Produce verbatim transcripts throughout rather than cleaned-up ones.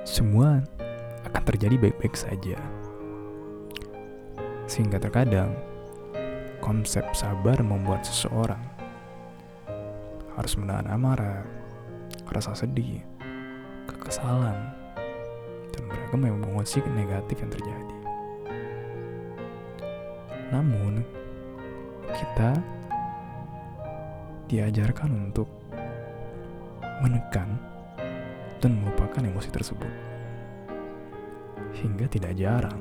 semua akan terjadi baik-baik saja. Sehingga terkadang konsep sabar membuat seseorang harus menahan amarah, rasa sedih, kekesalan, dan beragam emosi negatif yang terjadi. Namun, kita diajarkan untuk menekan dan melupakan emosi tersebut. Hingga tidak jarang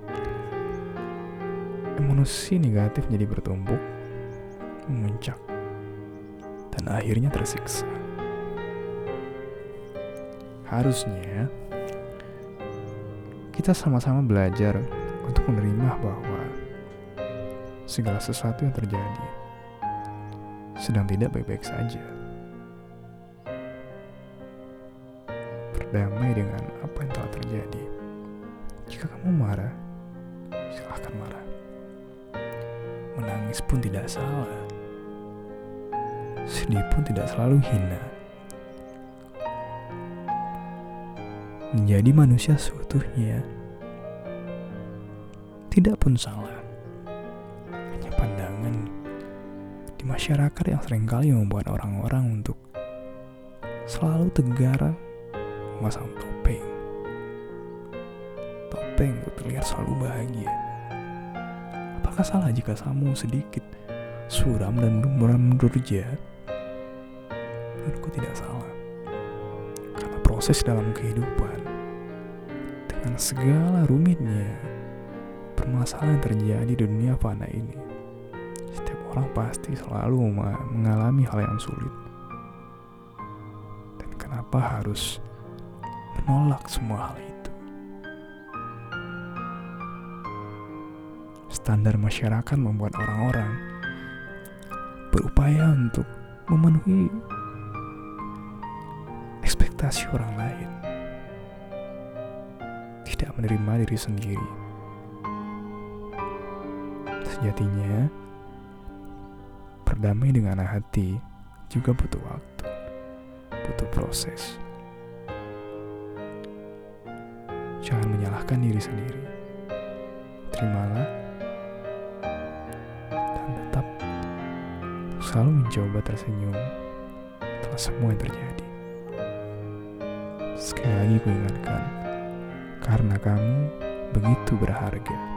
emosi negatif jadi bertumpuk, memuncak, dan akhirnya tersiksa. Harusnya kita sama-sama belajar untuk menerima bahwa segala sesuatu yang terjadi sedang tidak baik-baik saja. Berdamai dengan apa yang telah terjadi. Jika kamu marah, silahkan marah. Menangis pun tidak salah. Sedih pun tidak selalu hina. Menjadi manusia seutuhnya tidak pun salah. Hanya pandangan di masyarakat yang seringkali membuat orang-orang untuk selalu tegar memasang topeng. Topeng untuk terlihat selalu bahagia. Apakah salah jika kamu sedikit suram dan muram durja? Menurutku tidak salah. Karena proses dalam kehidupan dengan segala rumitnya permasalahan yang terjadi di dunia fana ini, setiap orang pasti selalu mengalami hal yang sulit. Dan kenapa harus menolak semua hal itu? Standar masyarakat membuat orang-orang berupaya untuk memenuhi ekspektasi orang lain, tidak menerima diri sendiri. Sejatinya, berdamai dengan hati juga butuh waktu, butuh proses. Jangan menyalahkan diri sendiri. Terimalah dan tetap selalu mencoba tersenyum setelah semua yang terjadi. Sekali lagi ku ingatkan, karena kamu begitu berharga.